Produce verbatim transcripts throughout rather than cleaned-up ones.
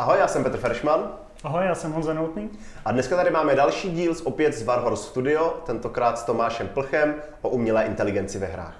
Ahoj, já jsem Petr Feršman. Ahoj, já jsem Honza Novotný. A dneska tady máme další díl z opět z Warhorse Studio, tentokrát s Tomášem Plchem o umělé inteligenci ve hrách.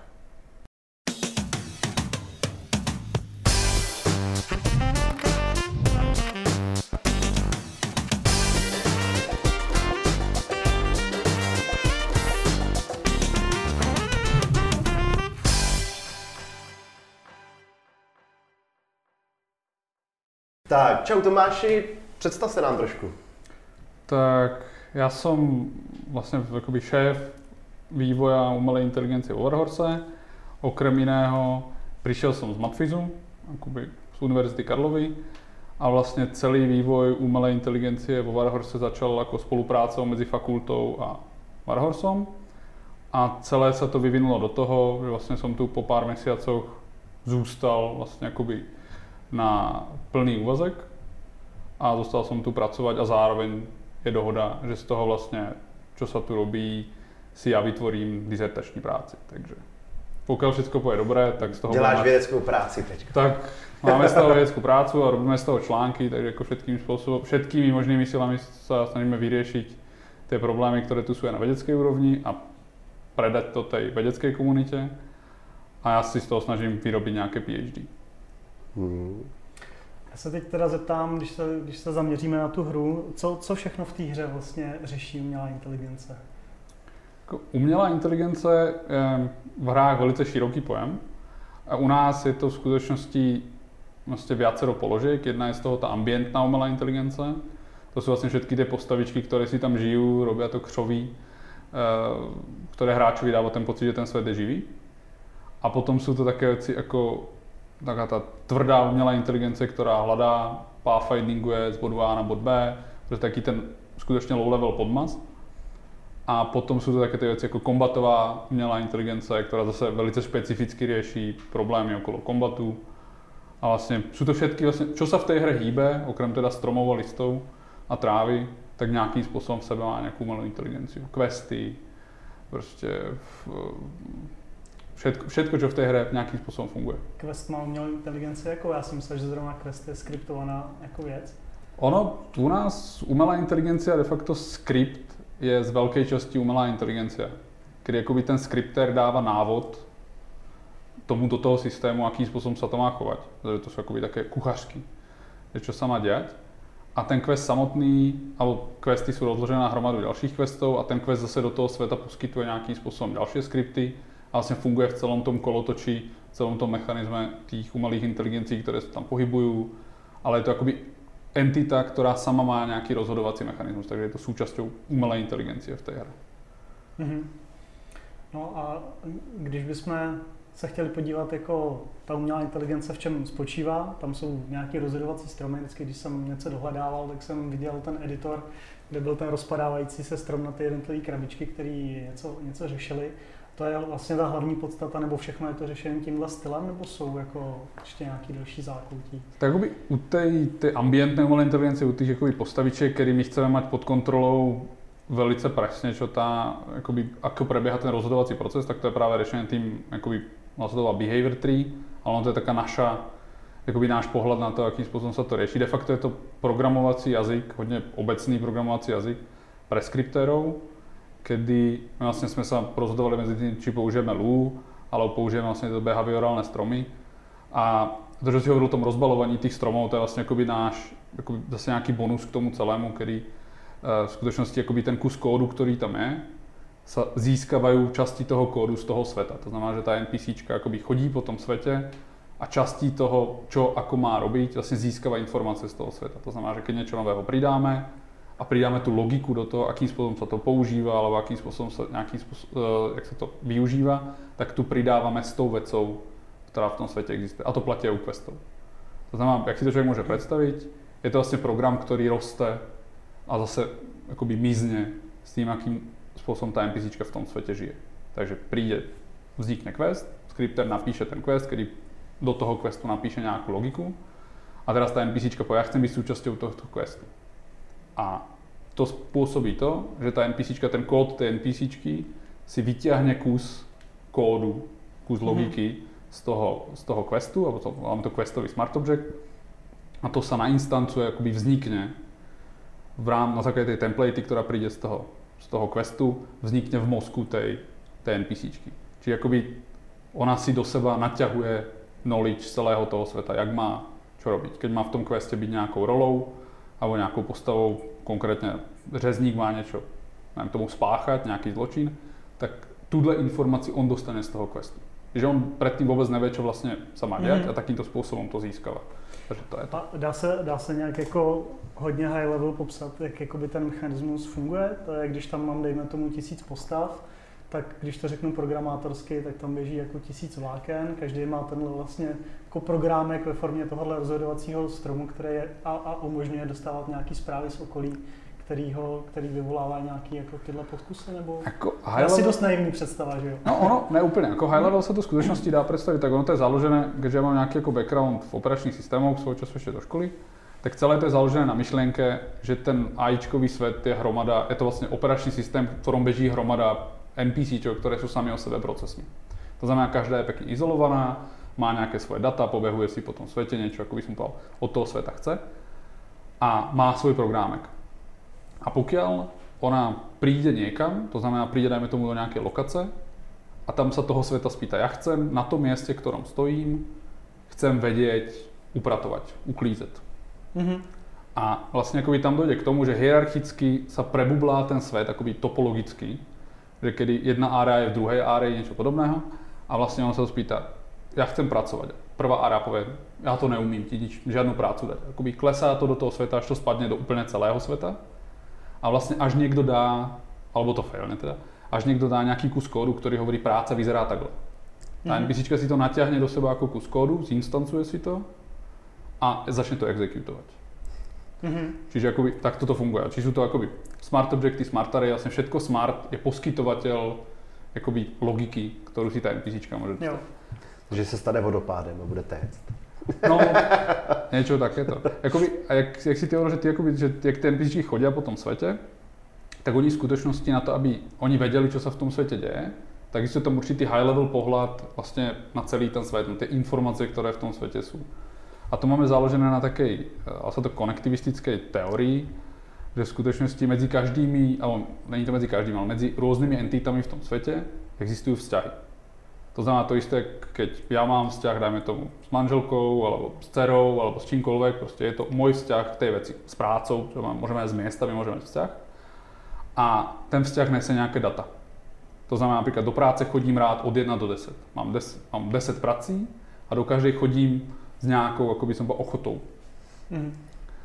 Tak, čau Tomáši, představ se nám trošku. Tak já jsem vlastně jakoby šéf vývoja umělé inteligence vo Warhorse. Okrem jiného přišel jsem z Matfizu, jakoby z Univerzity Karlovy, a vlastně celý vývoj umělé inteligence vo Warhorse začal jako spolupráce mezi fakultou a Warhorsom. A celé se to vyvinulo do toho, že vlastně jsem tu po pár měsících zůstal vlastně jakoby na plný úvazek a dostal jsem tu pracovat a zároveň je dohoda, že z toho vlastně, čo sa tu robí, si já vytvorím dizertační práci. Takže pokud všechno půjde dobré, tak z toho... Děláš máme, vědeckou práci teď. Tak máme z toho vědeckou prácu a robíme z toho články, takže jako všetkým způsobem, všetkými možnými silami se snažíme vyřešit ty problémy, které tu jsou na vědecké úrovni a predať to té vědecké komunitě a já si z toho snažím vyrobit nějaké PhD. Hmm. Já se teď teda zeptám, když se, když se zaměříme na tu hru, co, co všechno v té hře vlastně řeší umělá inteligence? Umělá inteligence je v hrách velice široký pojem. A u nás je to v skutečnosti vlastně viacero položek. Jedna je z toho ta ambientná umělá inteligence. To jsou vlastně všetky ty postavičky, které si tam žijí, robí to křoví, které hráčovi dává ten pocit, že ten svět je živý. A potom jsou to také věci jako taká ta tvrdá umělá inteligence, která hledá, pathfindinguje z bodu A na bod B, to je taky ten skutečně low level podmaz. A potom jsou to také ty věci jako kombatová umělá inteligence, která zase velice specificky řeší problémy okolo kombatu. A vlastně jsou to všetky, vlastně, čo sa v té hře hýbe, okrem teda stromov a listov a trávy, tak nějakým způsobem v sebe má nějakou umělou inteligenci. Questy, prostě v, Všetko, všetko, čo v té hře nějakým způsobem funguje. Quest má umělou inteligenci jako? Já si myslel, že zrovna Quest je skriptovaná jako věc. Ono, u nás umělá inteligence a de facto skript je z velké části umělá inteligence, kdy jakoby ten skripter dává návod tomu do toho systému, jakým způsobem se to má chovat. To jsou jakoby také kuchařky, že čo sa má dělat. A ten quest samotný, alebo questy jsou rozložené na hromadu dalších questů a ten quest zase do toho světa poskytuje nějakým způsobem další skripty. A vlastně funguje v celém tom kolotočí, v celém tom mechanismu těch umělých inteligencí, které se tam pohybují, ale je to jakoby entita, která sama má nějaký rozhodovací mechanismus, takže je to součástí umělé inteligence v té hře. Mm-hmm. No a když bychom se chtěli podívat, jako ta umělá inteligence v čem spočívá, tam jsou nějaké rozhodovací stromy, vždycky když jsem něco dohledával, tak jsem viděl ten editor, kde byl ten rozpadávající se strom na ty jednotlivé krabičky, který něco, něco řešili. To je vlastně ta hlavní podstata, nebo všechno je to řešeno tímhle stylem, nebo jsou jako ještě nějaký další zákoutí? Tak jakoby u té ambientné umělé inteligence, u těch jakoby postaviček, který my chceme mít pod kontrolou velice presne, čo tá, jakoby, ako prebieha ten rozhodovací proces, tak to je právě řešené tým, jakoby, vlastně to behavior tree, ale ono to je taká naša, jakoby náš pohled na to, jakým způsobem se to řeší. De facto je to programovací jazyk, hodně obecný programovací jazyk pre skriptérov, kedy vlastně jsme se rozhodovali mezi tím, či použijeme Lua, ale použijeme vlastně to behaviorálne stromy. A to, že si hovoril o tom rozbalovaní těch stromů, to je vlastně jakoby náš, jakoby zase nějaký bonus k tomu celému, který v skutečnosti jakoby ten kus kódu, který tam je, získávají části toho kódu z toho světa. To znamená, že ta NPCčka jakoby chodí po tom světě a částí toho, čo ako má robiť, vlastně získává informace z toho světa. To znamená, že keď něco nového přidáme, a přidáme tu logiku do toho, jakým způsobem se to používá, alebo jakým způsobem se, nějakým způsobem, jak se to využívá, tak tu přidáváme s tou vecou, která v tom světě existuje. A to platí u questů. To znamená, jak si to člověk může představit, je to vlastně program, který roste a zase jakoby mizne s tím, jakým způsobem ta NPCčka v tom světě žije. Takže přijde, vznikne quest, skripter napíše ten quest, který do toho questu napíše nějakou logiku a teraz ta NPCčka povie, ja chcem být součástí tohto questu. A to způsobí to, že ta NPCčka, ten kód té NPCčky si vyťahne kus kódu, kus logiky mm-hmm. z toho, z toho questu, alebo to, máme to questový smart object, a to sa nainstancuje, akoby vznikne v rám, na základě tej templatey, ktorá príde z toho, z toho questu, vznikne v mozku tej, tej NPCčky. Čiže akoby ona si do seba naťahuje knowledge celého toho sveta, jak má čo robiť. Keď má v tom queste byť nejakou rolou alebo nejakou postavou, konkrétne řezník má niečo, neviem tomu spáchať, nejaký zločin, tak túhle informaci on dostane z toho questu. Že on předtím vůbec neví, co vlastně se má dělat mm. a takýmto způsobem to získává. Takže to je to. A dá se, dá se nějak jako hodně high level popsat, jak jakoby ten mechanismus funguje? To je, když tam mám, dejme tomu, tisíc postav, tak když to řeknu programátorsky, tak tam běží jako tisíc vláken, každý má tenhle vlastně jako programek ve formě tohohle rozhodovacího stromu, který je a, a umožňuje dostávat nějaký zprávy z okolí, který, ho, který vyvolává nějaký jako tyhle podkusy, nebo jako je asi dost naivní představa, že jo? No ono, ne úplně, jako high level se to v skutečnosti dá představit, tak ono to je založené, když já mám nějaký jako background v operačních systémoch, svojho času ještě do školy, tak celé to je založené na myšlenke, že ten AIčkový svět je hromada, je to vlastně operační systém, v ktorom beží hromada NPCčok, které jsou sami o sebe procesní. To znamená, každá je pěkně izolovaná, má nějaké svoje data, pobehuje si po tom světě něco, jako by som povedal, od toho světa chce a má svůj programek. A pokiaľ ona príde niekam, to znamená príde, dajme tomu, do nejakej lokace a tam sa toho sveta spýta, ja chcem na tom mieste, ktorom stojím, chcem vedieť upratovať, uklízet. Mm-hmm. A vlastne akoby tam dojde k tomu, že hierarchicky sa prebublá ten svet, akoby topologicky, že kedy jedna área je v druhej árii, niečo podobného a vlastne on sa to spýta, ja chcem pracovať. Prvá área povie, ja to neumím ti nič, žiadnu prácu dať. Akoby klesá to do toho sveta, až to spadne do úplne celého sveta. A vlastně až někdo dá, alebo to failne teda, až někdo dá nějaký kus kódu, který hovorí práce vyzerá takhle. Ta mm-hmm. NPCčka si to naťahne do seba jako kus kódu, zinstancuje si to a začne to exekutovat. Mm-hmm. Čiže akoby, tak toto funguje. Čiže jsou to akoby smart objecty, smart array, vlastně všetko smart je poskytovatel jakoby logiky, kterou si ta NPCčka může dostat. Takže se stane vodopádem a bude téct. No, niečo takéto. Jakoby, a jak, jak si ty hovoril, že ty, jakoby, že jak ty NPCčky chodí po tom světě, tak oni v skutečnosti na to, aby oni věděli, co se v tom světě děje, tak je tam určitý high level pohled vlastně na celý ten svět, na ty informace, které v tom světě jsou. A to máme založené na také, asi to konektivistické teorii, že v skutečnosti mezi každými, ale není to mezi každými, ale mezi různými entitami v tom světě existují vzťahy. To znamená to isté, keď ja mám vzťah, dajme tomu, s manželkou, alebo s dcerou, alebo s čímkoľvek, proste je to môj vzťah k tej veci, s prácou, čo mám, môžeme mať s miestami, môžeme mať vzťah. A ten vzťah nese nejaké data. To znamená, napríklad do práce chodím rád od jedna do desať. Mám deset, mám deset prací a do každej chodím s nejakou, ako by som bol, ochotou. Mm.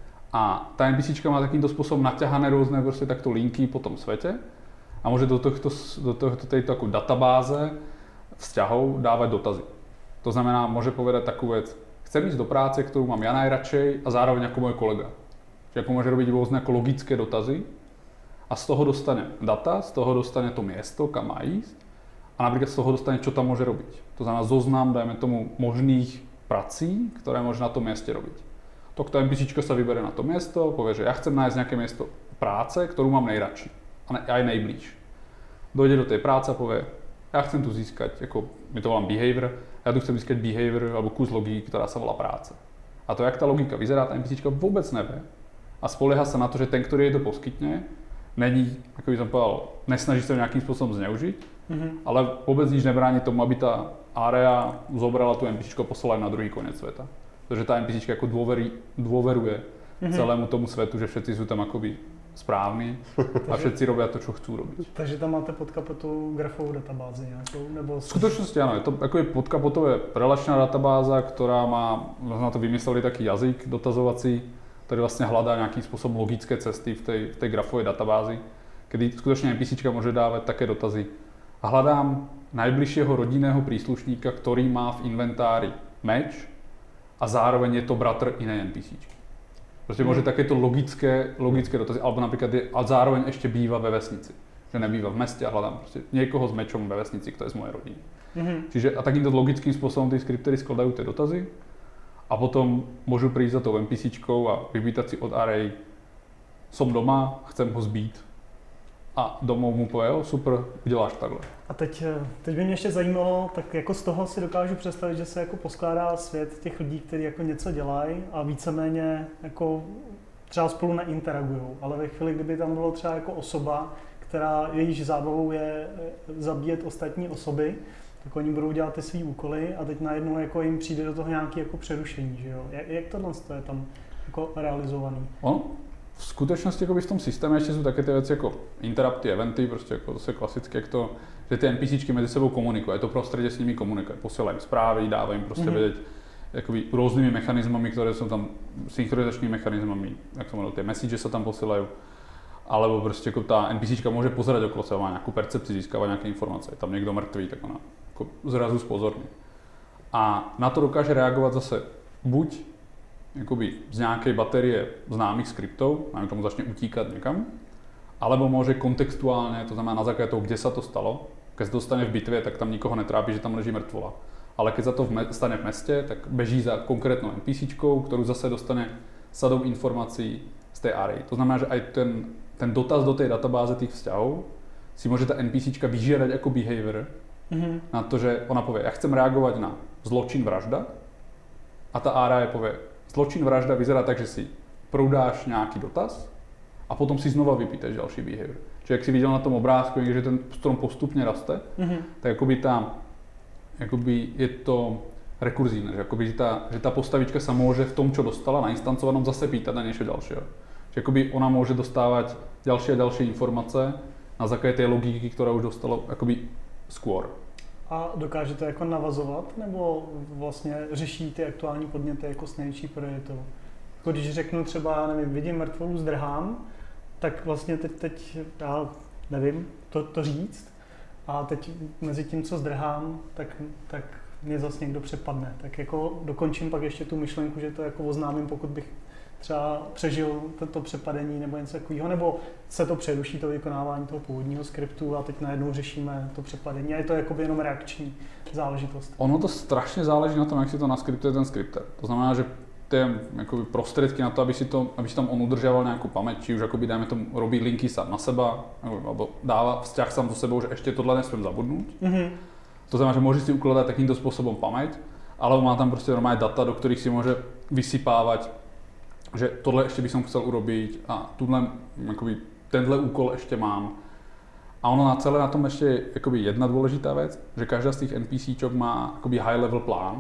A tá NPCčka má takýmto spôsobom naťahané rôzne proste takto linky po tom svete a môže do tohto, do tohto tejto ako databáze vzťahov dávať dotazy. To znamená, môže povedať takú vec, chcem ísť do práce, ktorú mám ja najradšej a zároveň ako môj kolega. Čiže ako môže robiť rôzne ako logické dotazy a z toho dostane data, z toho dostane to miesto, kam má ísť a napríklad z toho dostane, čo tam môže robiť. To znamená zoznam, dajme tomu, možných prací, ktoré môže na tom mieste robiť. Tokto NPCčka sa vybere na to miesto, povie, že ja chcem nájsť nejaké miesto práce, ktorú mám najradšej a aj najblíž. Dojde do tej práce a povie, ja chcem tu získať, ako my to volám behavior, ja tu chcem získať behavior alebo kus logiky, ktorá sa volá práce. A to, jak tá logika vyzerá, tá NPCčka vôbec nevie a spolieha sa na to, že ten, ktorý jej to poskytne, není, ako by som povedal, nesnaží sa nejakým spôsobom zneužiť, mm-hmm. ale vôbec nič nebráni tomu, aby tá area zobrala tú NPCčku a poslala na druhý koniec sveta. Protože tá NPCčka ako dôverí, dôveruje mm-hmm. celému tomu svetu, že všetci sú tam akoby správný a všetci robia to, čo chcú robiť. Takže tam máte pod kapotou grafovou databázi nějakou? Nebo... V skutečnosti áno, je to akoby podkapotové relačná databáza, ktorá má, na to vymysleli taký jazyk dotazovací, ktorý vlastne hľadá nejakým spôsobom logické cesty v tej, v tej grafovej databázi, kedy skutočne NPCčka môže dávať také dotazy. A hľadám najbližšieho rodinného príslušníka, ktorý má v inventári meč a zároveň je to bratr inej NPCčky. Prostě môže takéto logické, logické dotazy, alebo napríklad je, a zároveň ešte býva ve vesnici. Že nebýva v meste a hľadám prostě niekoho s mečom ve vesnici, kto je z mojej rodiny. Mm-hmm. Čiže a takýmto logickým spôsobom tí skriptery skladajú tie dotazy a potom môžu prísť za tou NPCčkou a vypýtať si od array, som doma, chcem ho zbít. a domů mu pově, jo, super, uděláš takhle. A teď, teď by mě ještě zajímalo, tak jako z toho si dokážu představit, že se jako poskládá svět těch lidí, kteří jako něco dělají a víceméně jako třeba spolu neinteragují, ale ve chvíli, kdyby tam bylo třeba jako osoba, která jejíž zábavou je zabíjet ostatní osoby, tak oni budou dělat ty svý úkoly a teď najednou jako jim přijde do toho nějaké jako přerušení, že jo? Jak, jak tohle je tam jako realizovaný? On v skutečnosti jako v tom systému ještě jsou také ty věci jako interrupty, eventy, prostě jako zase klasicky, jak to, že ty NPCčky mezi sebou komunikují, je to prostředí s nimi komunikuje, posílají zprávy, dávají jim prostě mm-hmm. vědět jakoby různými mechanismami, které jsou tam synchronizačními mechanismami, jak jsem mluvil, ty message se tam posílají, alebo prostě jako ta NPCčka může pozerať okolo sebe, má nějakou percepci, získává nějaké informace, je tam někdo mrtvý, tak ona jako zrazu spozorní. A na to dokáže reagovat zase buď jakoby z nějaké baterie známých skriptů, máme tomu začne utíkat někam, alebo může kontextuálně, to znamená na základě toho, kde se to stalo, když se to stane v bitvě, tak tam nikoho netrápí, že tam leží mrtvola. Ale když se to v me- stane v městě, tak beží za konkrétnou NPCčkou, kterou zase dostane sadou informací z té array. To znamená, že aj ten, ten dotaz do té databáze těch vzťahů si může ta NPCčka vyžírať jako behavior mm-hmm. na to, že ona povie, já chcem reagovat na zločin vražda a ta array povie, zločin vražda vyzerá tak, že si proudáš nějaký dotaz a potom si znova vypítaš další behavior. Čiže jak si viděl na tom obrázku, že ten strom postupně raste, mm-hmm. tak jakoby ta, jakoby je to rekurzívne, že, jakoby, že, ta, že ta postavička sa môže v tom, čo dostala na instancovanom, zase pýtať na niečo ďalšieho. Že jakoby ona môže dostávať ďalšie a ďalšie informace na základě té logiky, která už dostala jakoby skôr. A dokáže to jako navazovat, nebo vlastně řeší ty aktuální podněty jako s největší prioritou? Jako když řeknu třeba, nevím, vidím mrtvolu, zdrhám, tak vlastně teď, teď já nevím to, to říct a teď mezi tím, co zdrhám, tak, tak mě zase někdo přepadne. Tak jako dokončím pak ještě tu myšlenku, že to jako oznámím, pokud bych třeba přežil to přepadení nebo něco takového, nebo se to přeruší, to vykonávání toho původního skriptu a teď najednou řešíme to přepadení a je to jakoby jenom reakční záležitost. Ono to strašně záleží na tom, jak si to naskriptuje ten skripter. To znamená, že ty jakoby prostředky na to, aby si, to, aby si tam on udržoval nějakou paměť, či už jakoby, dajme tomu, robí linky sám na seba, nebo dává vzťah sám so sebou, že ještě tohle nesmím zabudnout. Mm-hmm. To znamená, že může si ukládat takýmto způsobem paměť, ale má tam prostě normálně data, do kterých si může vysypávat, že tohle ještě by som chcel urobiť a tuhle, jakoby, tenhle úkol ještě mám. A ono na celé na tom ještě je jakoby jedna důležitá věc, že každá z těch NPCčok má jakoby high level plán,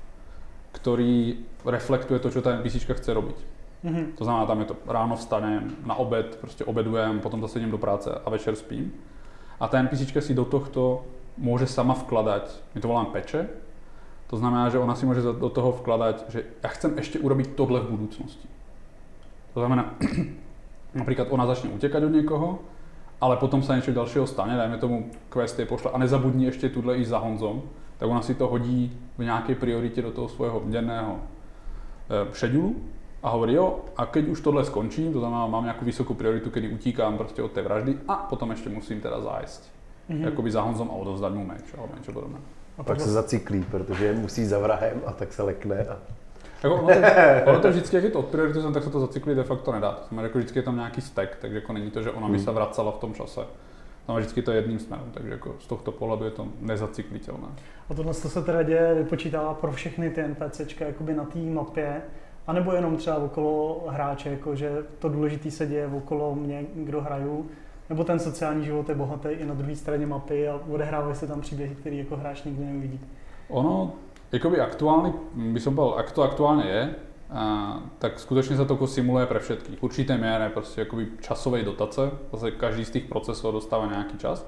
který reflektuje to, co ta NPCčka chce robiť. Mm-hmm. To znamená, tam je to ráno vstanem, na obed, prostě obedujem, potom zase idem do práce a večer spím. A ta NPCčka si do tohto může sama vkladať, my to voláme peče, to znamená, že ona si může do toho vkladať, že já chcem ještě urobiť tohle v budoucnosti. To znamená, například ona začne utěkat od někoho, ale potom se něco dalšího stane, dajme tomu questy pošle a nezabudni ještě tuhle i za Honzom, tak ona si to hodí v nějaké prioritě do toho svého denného e, schedulu a hovorí, jo, a keď už tohle skončím, to znamená, mám nějakou vysokou prioritu, kdy utíkám prostě od té vraždy a potom ještě musím teda zájsť mm-hmm. jakoby za Honzom a odovzdat mu meč, alebo něco podobné. A pak se zacyklí, protože musí za vrahem a tak se lekne. A... Jako ono, to, ono to vždycky, jak je to odprioritizujeme, tak se to zacyklit de facto nedá. To znamená, jako vždycky je tam nějaký stack, takže jako není to, že ona by se vracela v tom čase. No, vždycky to je jedním směrem, takže jako z tohto pohledu je to nezacyklitelné. A tohle se teda děje, vypočítává pro všechny ty NPCčka jakoby na té mapě, anebo jenom třeba okolo hráče, jako že to důležité se děje okolo mě, kdo hraju, nebo ten sociální život je bohatý i na druhé straně mapy a odehrávají se tam příběhy, který jako hráč nikdy neuvidí. Ono, jakoby aktuálny, by som povedal, ak to aktuálne je, a, tak skutečne sa to simuluje pre všetkých. V určité miere prostě jakoby časovej dotace, zase každý z tých procesov dostáva nejaký čas.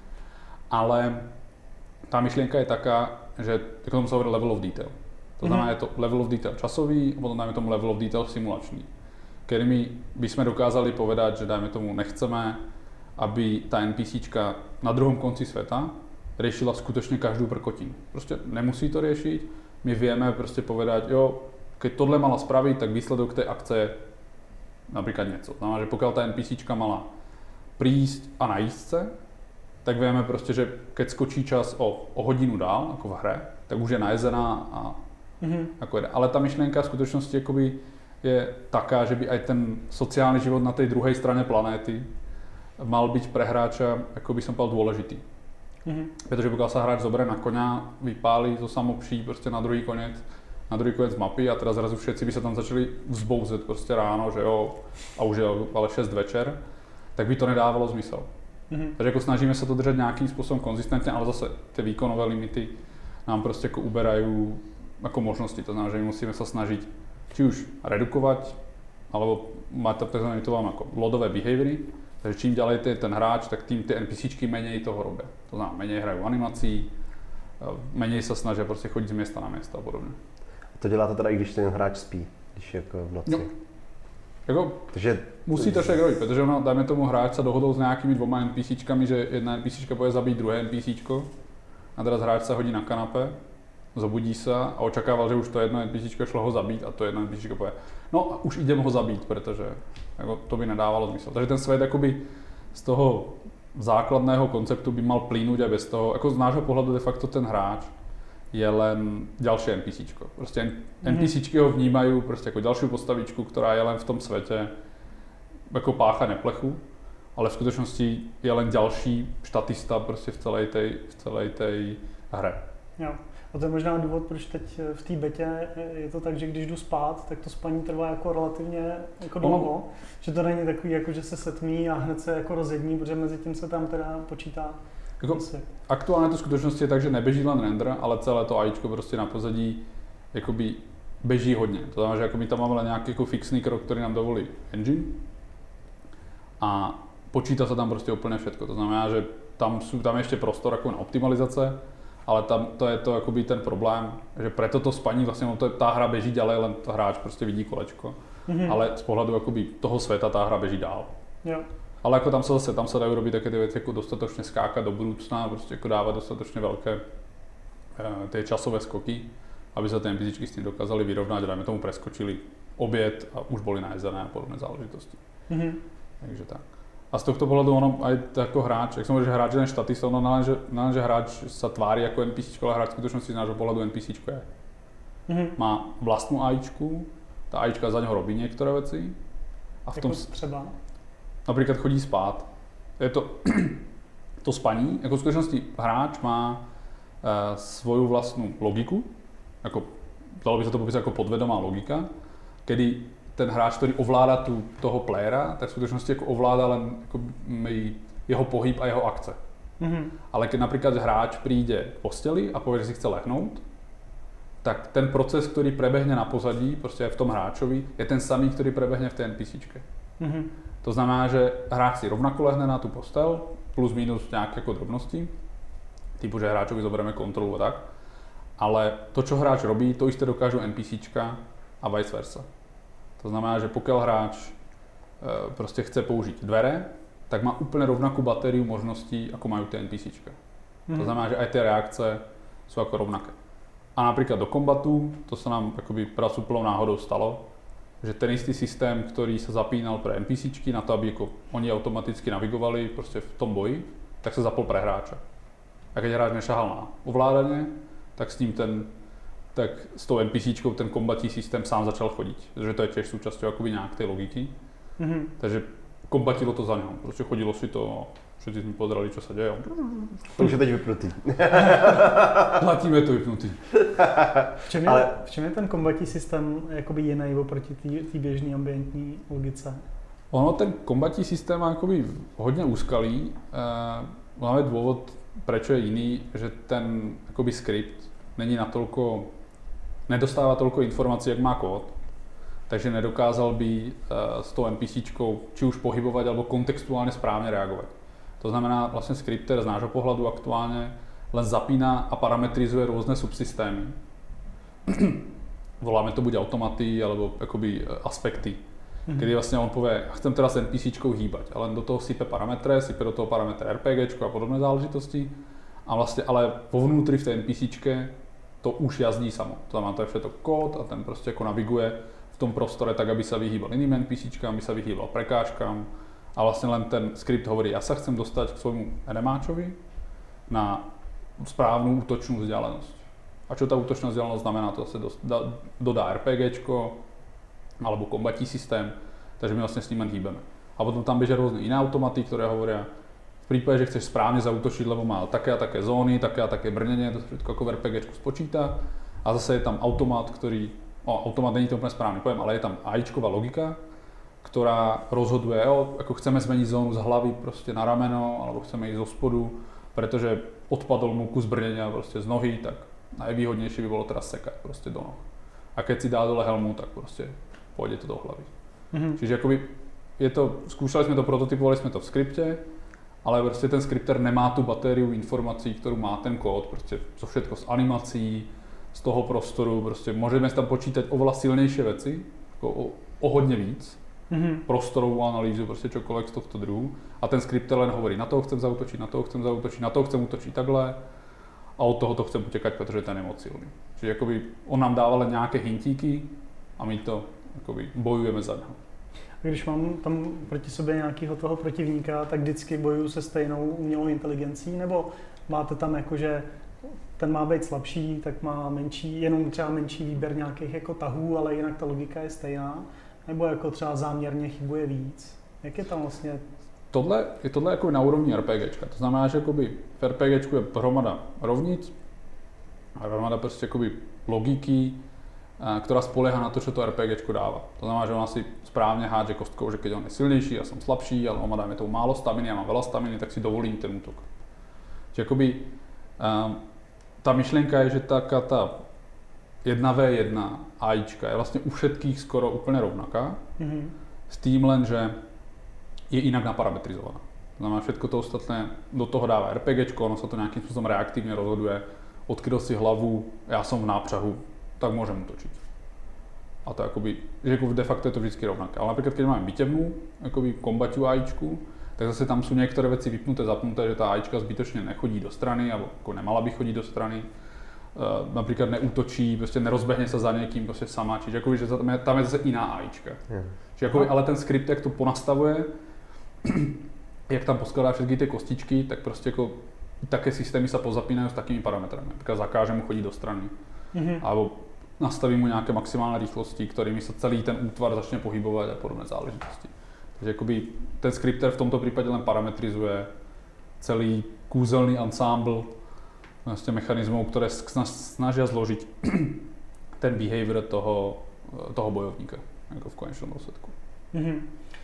Ale tá myšlienka je taká, že ako tomu sa hovorí level of detail. To znamená, mm-hmm. je to level of detail časový a potom dajme tomu level of detail simulačný. Kedy my by sme dokázali povedať, že dajme tomu nechceme, aby ta NPCčka na druhom konci sveta riešila skutečně každou prkotinu. Prostě nemusí to řešit. My vieme prostě povedať, jo, keď tohle mala spraviť, tak výsledok té akce je například něco. Znamená, že pokud ta NPCčka mala prísť a najíst se, tak vieme prostě, že keď skočí čas o, o hodinu dál, jako v hře, tak už je najezená a mm-hmm. jako jede. Ale ta myšlenka v skutečnosti jakoby je taká, že by aj ten sociální život na té druhé straně planéty mal byť pre hráča, ako by som povedal, dôležitý. Mm-hmm. Pretože pokiaľ sa hráč zoberie na koňa, vypálí zo samopší proste na druhý koniec, na druhý koniec mapy a teraz zrazu všetci by sa tam začali vzbouzet proste ráno, že jo, a už je ale šesť večer, tak by to nedávalo zmysel. Mm-hmm. Takže ako snažíme sa to držať nejakým spôsobom konzistentne, ale zase tie výkonové limity nám proste ako uberajú ako možnosti. To znamená, že my musíme sa snažiť či už redukovať, alebo mať to tzv. To vám ako lodové behaviory. Takže čím ďalej je ten hráč, tak tým tie NPCčky menej toho robia. To znamená, menej hrajú animací, menej sa snažia proste chodiť z miesta na miesto a podobne. To děláte teda i když ten hráč spí, když je jako v noci. No. Jako, Takže musí to však robiť, pretože ono, dajme tomu, hráč sa dohodol s nejakými dvoma NPCčkami, že jedna NPCčka bude zabiť druhé NPCčko a teraz hráč sa hodí na kanape, zobudí sa a očakával, že už to jedno NPCčko šlo ho zabít a to jedno NPCčko povie, no a už idem ho zabít, pretože jako, to by nedávalo zmysel. Takže ten svet akoby z toho základného konceptu by mal plínuť aj bez toho, ako z nášho pohľadu de facto ten hráč je len ďalšie NPCčko. Proste mm-hmm. NPCčky ho vnímajú proste ako ďalšiu postavičku, ktorá je len v tom svete ako pácha neplechu, ale v skutočnosti je len ďalší štatista proste v celej tej, v celej tej hre. Jo. A to je možná důvod, proč teď v té betě je to tak, že když jdu spát, tak to spaní trvá jako relativně jako dlouho, no. Že to není takový, jako že se setmí a hned se jako rozjední, protože mezi tím se tam teda počítá. Jako, aktuálne to v skutočnosti je tak, že nebeží len render, ale celé to AIčko proste na pozadí jakoby beží hodně. To znamená, že akoby tam máme len nejaký jako fixný krok, ktorý nám dovolí engine a počíta sa tam proste úplne všetko. To znamená, že tam sú tam ešte prostor ako na optimalizace, ale tam to je to akoby ten problém, že preto to spaní vlastne, to je, tá hra beží ďalej, len hráč proste vidí kolečko. Mm-hmm. Ale z pohľadu akoby toho sveta tá hra beží dál. Jo. Ale ako tam sa zase, tam sa dajú robiť také tie veci, ako dostatočne skákať do budúcna, proste ako dávať dostatočne veľké e, tie časové skoky, aby sa tie NPCčky s tým dokázali vyrovnať a dajme tomu preskočili oběd a už boli najezené a podobné záležitosti. Mm-hmm. Takže tak. A z tohto pohľadu ono aj ako hráč, jak som hovoril, že hráč je ten štatista, ono nalen, že, nalen, že hráč sa tvári ako NPCčko, ale hráč v skutočnosti z nášho pohľadu NPCčko je. Mm-hmm. Má vlastnú AIčku, tá AIčka za ňoho robí niektoré veci. A v tom třeba? Napríklad chodí spát. Je to to spaní, ako v skutočnosti hráč má e, svoju vlastnú logiku, ako, dalo by sa to popísať ako podvedomá logika, kedy ten hráč, ktorý ovláda tu, toho playera, tak v skutočnosti ako ovláda len ako, jeho pohyb a jeho akce. Mm-hmm. Ale keď napríklad hráč príde v posteli a povie, že si chce lehnout, tak ten proces, ktorý prebehne na pozadí, proste aj v tom hráčovi, je ten samý, ktorý prebehne v tej NPCčke. Mm-hmm. To znamená, že hráč si rovnako lehne na tú postel, plus minus nejaké ako drobnosti, typu, že hráčovi zoberieme kontrolu a tak. Ale to, čo hráč robí, to isté dokážu NPCčka a vice versa. To znamená, že pokiaľ hráč e, proste chce použiť dvere, tak má úplne rovnakú batériu možností, ako majú tie NPCčka. Mm. To znamená, že aj tie reakce sú ako rovnaké. A napríklad do kombatu, to sa nám akoby raz úplnou náhodou stalo, že ten istý systém, ktorý sa zapínal pre NPCčky na to, aby ako oni automaticky navigovali proste v tom boji, tak sa zapol pre hráča. A keď hráč nešahal na ovládanie, tak s ním ten, tak s tou NPCčkou ten kombatí systém sám začal chodiť. Takže to je tiež súčasťou akoby nejak tej logiky. Mm-hmm. Takže kombatilo to za ňom. Proste chodilo si to, všetci sme pozerali, čo sa deje. To už je teď vypnutý. Platíme to vypnutý. V čem je, Ale... v čem je ten kombatí systém jakoby jiný oproti té běžné ambientní logice? Ono, ten kombatí systém má akoby hodně úskalý. Máme dôvod, prečo je jiný, že ten akoby skript není natoľko, nedostáva toľko informácií, jak má kód. Takže nedokázal by s tou NPCčkou či už pohybovať, alebo kontextuálne správne reagovať. To znamená, vlastne skripter z nášho pohľadu aktuálne len zapína a parametrizuje rôzne subsystémy. Voláme to buď automaty, alebo akoby aspekty. Mm-hmm. Kedy vlastne on povie, chcem teraz NPCčkou hýbať, ale len do toho sype parametre, sype do toho parametre RPGčko a podobné záležitosti. A vlastne, ale vo vnútri v tej NPCčke to už jazdí samo. To znamená, to je všetko kód a ten proste ako naviguje v tom prostore tak, aby sa vyhýbal iným NPCčkám, aby sa vyhýbal prekážkam. A vlastne len ten skript hovorí, ja sa chcem dostať k svojmu enemáčovi na správnu útočnú vzdialenosť. A čo tá útočná vzdialenosť znamená, to zase dodá RPGčko alebo kombatí systém, takže my vlastne s ním len hýbeme. A potom tam bežia rôzne iné automaty, ktoré hovoria, v prípade, že chceš správne zaútočiť, lebo má také a také zóny, také a také brnenie, to všetko ako v RPGčku spočíta. A zase je tam automat, ktorý, no automat není to úplne správny pojem, ale je tam AIčková logika, ktorá rozhoduje, jo, ako chceme zmeniť zónu z hlavy proste na rameno, alebo chceme ísť zo spodu, pretože odpadol mu kus brnenia proste z nohy, tak najvýhodnejšie by bolo teraz sekať proste do noh. A keď si dá dole helmu, tak proste pôjde to do hlavy. Mm-hmm. Čiže akoby je to, skúšali sme to, prototypovali sme to v skripte, ale proste ten skripter nemá tú batériu informácií, ktorú má ten kód, proste zo všetko z animácií, z toho prostoru, proste môžeme tam počítať oveľa silnejšie veci, o, o, o hodne víc, mm-hmm. prostorovú analýzu, proste čokoľvek z tohto druhu. A ten skripter len hovorí, na toho chcem zaútočiť, na toho chcem zaútočiť, na toho chcem útočiť takhle a od toho to chcem utekať, pretože ten je moc silný. Čiže akoby on nám dáva len nejaké hintíky a my to akoby bojujeme za něho. Když mám tam proti sobě nějakého toho protivníka, tak vždycky bojuju se stejnou umělou inteligencí, nebo máte tam jako, že ten má být slabší, tak má menší, jenom třeba menší výběr nějakých jako tahů, ale jinak ta logika je stejná, nebo jako třeba záměrně chybuje víc? Jak je tam vlastně? Tohle je tohle jako na úrovni RPGčka, to znamená, že jakoby v RPGčku je hromada rovnic a hromada prostě jakoby logiky, ktorá spolieha na to, čo to RPGčko dáva. To znamená, že ona si správne hádže kostkou, že keď on je silnejší, ja som slabší, ale on má dajme tomu málo staminy, ja mám veľa staminy, tak si dovolím ten útok. Čiže akoby um, tá myšlienka je, že taká tá jedna vé jedna AIčka je vlastne u všetkých skoro úplne rovnaká, mm-hmm. s tým len, že je inak naparametrizovaná. To znamená, všetko to ostatné do toho dáva RPGčko, ono sa to nejakým spôsobom reaktívne rozhoduje, odkryl si hlavu, ja som v nápřahu, tak môžem útočiť. A to je akoby, že ako de facto je to vždycky rovnaké. Ale napríklad keď máme bitevnú, akoby kombatiu AIčku, tak zase tam sú niektoré veci vypnuté, zapnuté, že tá AIčka zbytočne nechodí do strany, alebo ako nemala by chodiť do strany. Uh, napríklad neútočí, proste nerozbehne sa za niekým proste sama, čiže akoby, že tam je, tam je zase iná AIčka. Yeah. Čiže akoby, ale ten skript, jak to ponastavuje, jak tam poskladá všetky tie kostičky, tak proste ako také systémy sa pozapínajú s takými parametrami. Napríklad zakáže mu chodiť do strany. Mm-hmm. Alebo nastaví mu nejaké maximálne rýchlosti, ktorými sa celý ten útvar začne pohybovať a podobné záležitosti. Takže akoby ten skripter v tomto prípade len parametrizuje celý kúzelný ensemble vlastne mechanizmov, ktoré snažia zložiť ten behavior toho, toho bojovníka ako v konečnom dôsledku. Mm-hmm.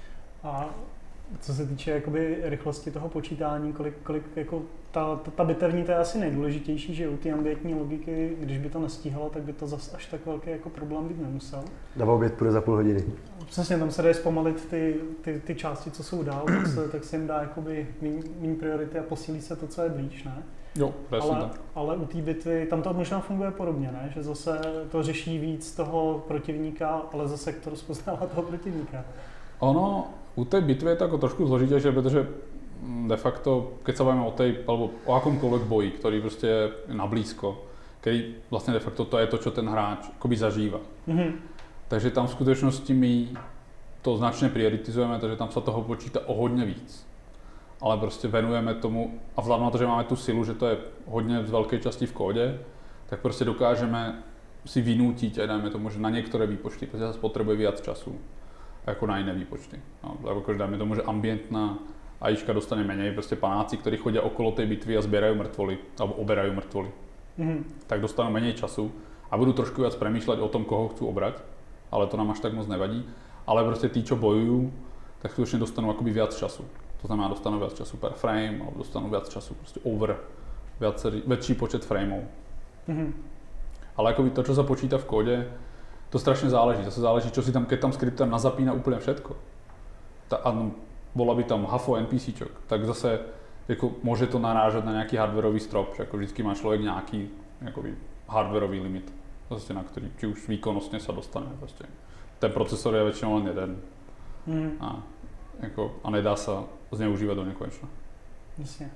A co se týče jakoby rychlosti toho počítání, kolik, kolik jako ta, ta, ta bitevní, to je asi nejdůležitější, že u té ambientní logiky, když by to nestíhalo, tak by to zas až tak velký jako problém být nemusel. Na oběd půjde za půl hodiny. Přesně, tam se dají zpomalit ty, ty, ty části, co jsou dál, tak se, tak se jim dá jakoby méně priority a posílí se to, co je blíž, ne? Jo, presne ale, tak. ale u té bitvy, tam to možná funguje podobně, ne? Že zase to řeší víc toho protivníka, ale zase to rozpoznává toho protivníka. Ono, u tej bitvy je to ako trošku zložitejšie, pretože de facto, keď sa bavíme o tej, alebo o akomkoľvek boji, ktorý proste je na blízko, keď vlastne de facto to je to, čo ten hráč akoby zažíva. Mm-hmm. Takže tam v skutočnosti my to značne prioritizujeme, takže tam sa toho počíta o hodne víc. Ale proste venujeme tomu, a vzhľadom na to, že máme tú silu, že to je hodne z veľkej časti v kóde, tak proste dokážeme si vynútiť aj dajme tomu, že na niektoré výpočty proste sa spotrebuje viac času ako na iné výpočty. No, akože dajme tomu, že ambientná AIčka dostane menej, proste panáci, ktorí chodia okolo tej bitvy a zbierajú mŕtvoly, alebo oberajú mŕtvoly, mm-hmm. tak dostanú menej času a budú trošku viac premýšľať o tom, koho chcú obrať, ale to nám až tak moc nevadí. Ale proste tí, čo bojujú, tak skutočne dostanú akoby viac času. To znamená, dostanú viac času per frame, alebo dostanú viac času proste over, viacerý, väčší počet frameov. Mm-hmm. Ale akoby to, čo sa počíta v kóde, to strašne záleží. Zase záleží, čo si tam, keď tam skripter nazapína úplne všetko. Ta, a bola by tam hafo NPCčok, tak zase jako, môže to narážať na nejaký hardwareový strop, že ako vždycky má človek nejaký akoby, hardwareový limit, zase, na ktorý či už výkonnostne sa dostane. Zase. Ten procesor je väčšinou len jeden mm. a, jako, a nedá sa zneužívať do nekonečna. Jasně.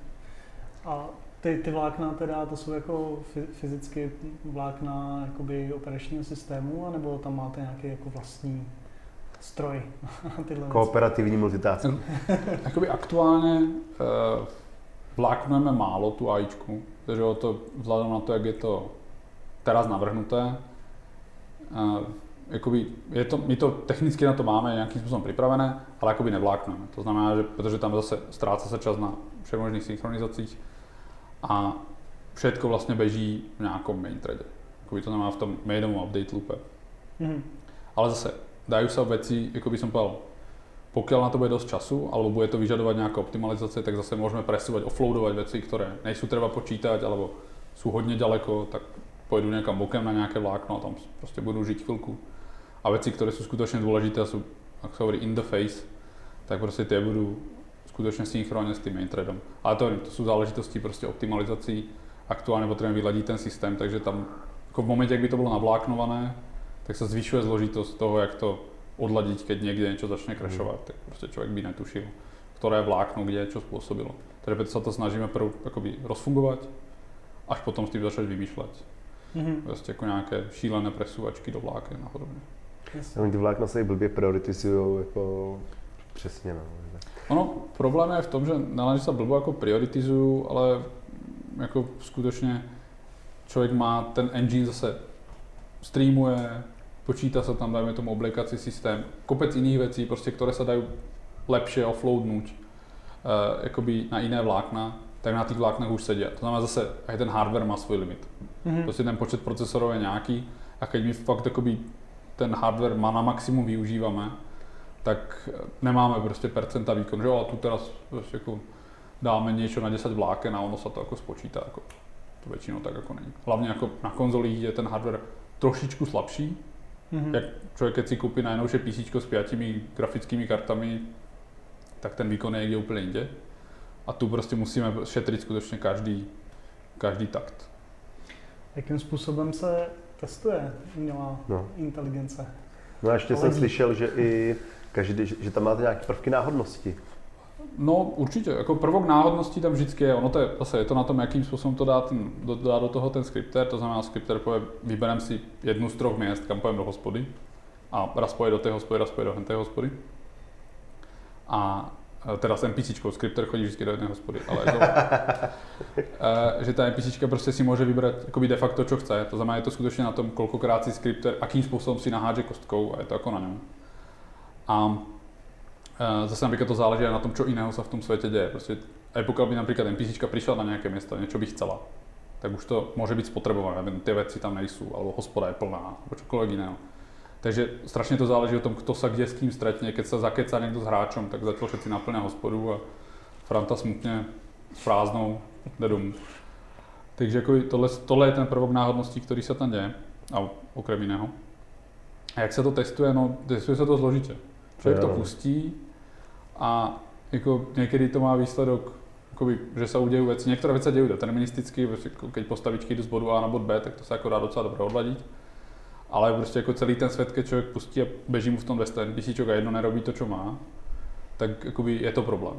A ty, ty vlákna teda, to jsou jako fyzicky vlákna jakoby operačního systému, anebo tam máte nějaký jako vlastní stroj? Kooperativní multitask. Jakoby aktuálně uh, vláknujeme málo tu AIčku, takže o to vzhľadom na to, jak je to teraz navrhnuté, uh, jakoby, je to, my to technicky na to máme nějakým způsobem připravené, ale jakoby nevlákneme. To znamená, že protože tam zase ztrácí se čas na všemožných synchronizacích a všetko vlastně beží v nějakom main threade. Jakoby to znamená v tom mainovom update loope. Mm-hmm. Ale zase, dajú sa veci, ako by som povedal, pokiaľ na to bude dosť času, alebo bude to vyžadovať nejaká optimalizácia, tak zase môžeme presúvať, offloadovať veci, ktoré nejsú treba počítať, alebo sú hodne ďaleko, tak pôjdu niekam bokem na nejaké vlákno a tam proste budú žiť chvíľku. A veci, ktoré sú skutočne dôležité a sú, ako sa hovorí, in the face, tak proste tie budú skutočne synchronne s tým main threadom. Ale to, to sú záležitosti proste optimalizácií. Aktuálne potrebujeme vyladiť ten systém, takže tam ako v momente, ak by to bolo navláknované, tak sa zvyšuje zložitosť toho, jak to odladiť, keď niekde niečo začne crashovať. Tak proste človek by netušil, ktoré vlákno, kde, čo spôsobilo. Takže preto sa to snažíme prv akoby rozfungovať, až potom s tým začať vymýšľať. Mm-hmm. Proste ako nejaké šílené presúvačky do vláken a podobne. Yes. Oni ty vlákna sa i blbě prioritizujou jako přesně. No. Ono, problém je v tom, že nelen, že sa blbo ako prioritizujú, ale jako skutočne človek má ten engine zase streamuje, počíta sa tam, dajme tomu oblikací systém, kopec iných vecí, prostě, ktoré sa dajú lepšie offloadnúť uh, akoby na iné vlákna, tak na tých vláknach už sedia. To znamená zase, aj ten hardware má svoj limit. Mm-hmm. Prostě ten počet procesorov je nějaký a keď my fakt akoby ten hardware má na maximum využíváme, tak nemáme prostě percenta výkon, že jo, a tu teraz prostě jako dáme niečo na desať vláken a ono sa to ako spočítá, ako to väčšinou tak ako není. Hlavne ako na konzolích je ten hardware trošičku slabší. Mm-hmm. Jak člověk, keď si kúpi najnovšie písíčko s piatimi grafickými kartami, tak ten výkon je niekde úplne inde. A tu prostě musíme šetriť skutočne každý, každý takt. Jakým způsobem se testuje umělá no. inteligence? No a ještě Ale jsem dí. slyšel, že i každý, že, že tam máte nějaké prvky náhodnosti. No určitě, jako prvok náhodnosti tam vždycky je, ono to je, zase je to na tom, jakým způsobem to dá, ten, dá do toho ten skripter, to znamená skripter povie, vyberem si jednu z troch miest, kam pojem do hospody a raz poje do té hospody, raz poje do henté hospody. A teda s NPCčkou, skripter chodí vždycky do jedné hospody, ale je to, že ta NPCčka prostě si může vybrat jakoby de facto, čo chce, to znamená, je to skutečně na tom, kolkokrát si skripter, akým způsobem si nahádže kostkou a je to jako na něm. A zase napríklad to záleží na tom, čo iného sa v tom svete deje. Proste, aj pokiaľ by napríklad NPCčka prišla na nejaké miesto, niečo by chcela, tak už to môže byť spotrebované, tie veci tam nejsú, alebo hospoda je plná, alebo čokoľvek iného. Takže strašne to záleží o tom, kto sa kde s kým stretne. Keď sa zakecá niekto s hráčom, tak zatiaľ všetci naplňa hospodu a Franta smutne s prázdnou jde domů. Takže jako tohle, tohle je ten prvok náhodností, ktorý sa tam deje, a okrem iného. A jak sa to testuje? No, testuje sa to zložite. Človek to pustí a jako niekedy to má výsledok, akoby, že sa udejú veci. Niektoré veci sa dejú deterministicky, keď postavičky idú z bodu A na bod B, tak to sa jako dá docela dobre odladiť. Ale prostě jako celý ten svět, keď člověk pustí a beží mu v tom dvesto NPCčok a jedno nerobí to, čo má, tak akoby je to problém.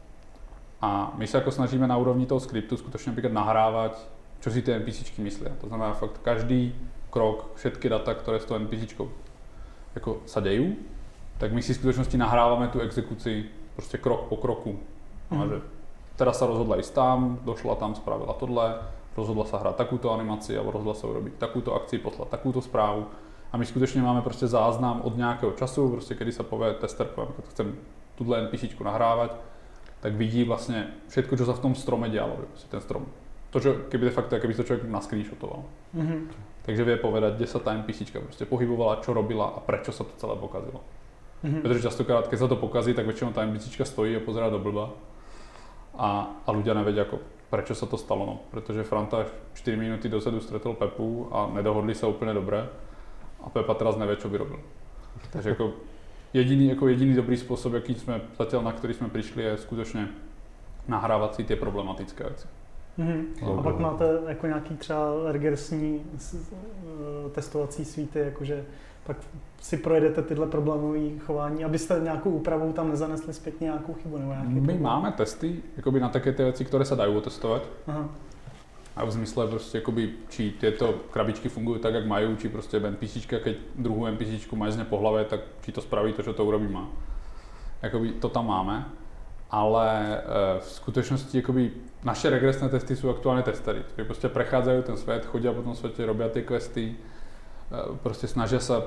A my sa jako snažíme na úrovni toho skriptu skutečně napríklad nahrávať, čo si tie NPCčky myslia. To znamená fakt každý krok, všetky data, ktoré s tou NPCčkou jako sa dejú, tak my si v skutočnosti nahrávame tú exekuci prostě krok po kroku. Mm. Že teraz sa rozhodla ísť tam, došla tam, spravila tohle, rozhodla sa hrať takúto animaci alebo rozhodla sa urobiť takúto akci, poslať takúto správu. A my skutočne máme prostě záznam od nejakého času, prostě kedy sa povie tester, poviem, keď chcem tuhle NPCčku nahrávať, tak vidí vlastne všetko, čo sa v tom strome dialo, prostě ten strom. To, čo, keby de facto, keby to človek nascreenshotoval. Mm-hmm. Takže vie povedať, kde sa tá NPCčka prostě pohybovala, čo robila a prečo sa to celé pokazilo. Mm-hmm. Pretože častokrát, keď sa to pokazí, tak väčšinou tá NPCčka stojí a pozerá do blba a, a ľudia nevedia, ako, prečo sa to stalo. No. Pretože Franta štyri minúty dozadu stretol Pepu a nedohodli sa úplne dobre a Pepa teraz nevie, čo by robil. Takže ako jediný, jako jediný dobrý spôsob, jaký sme zatiaľ, na ktorý sme prišli, je skutočne nahrávat si tie problematické věci. Mm-hmm. A pak máte jako nějaký třeba regresní testovací suity, jakože pak si projedete tyhle problémové chování, abyste nějakou úpravou tam nezanesli zpětně nějakou chybu nebo nějaký My problém. máme testy jakoby na také ty věci, které se dají otestovat. Aha. A v zmysle prostě jakoby, či tieto krabičky fungují tak, jak mají, či prostě NPCčka, keď druhou NPCčku majzne po hlavě, tak či to spraví to, čo to urobí má. Jakoby to tam máme, ale v skutečnosti jakoby naše regresné testy jsou aktuálně testery, ktorí prostě prechádzajú ten svět, chodí po tom světě, robia ty questy, prostě snažia sa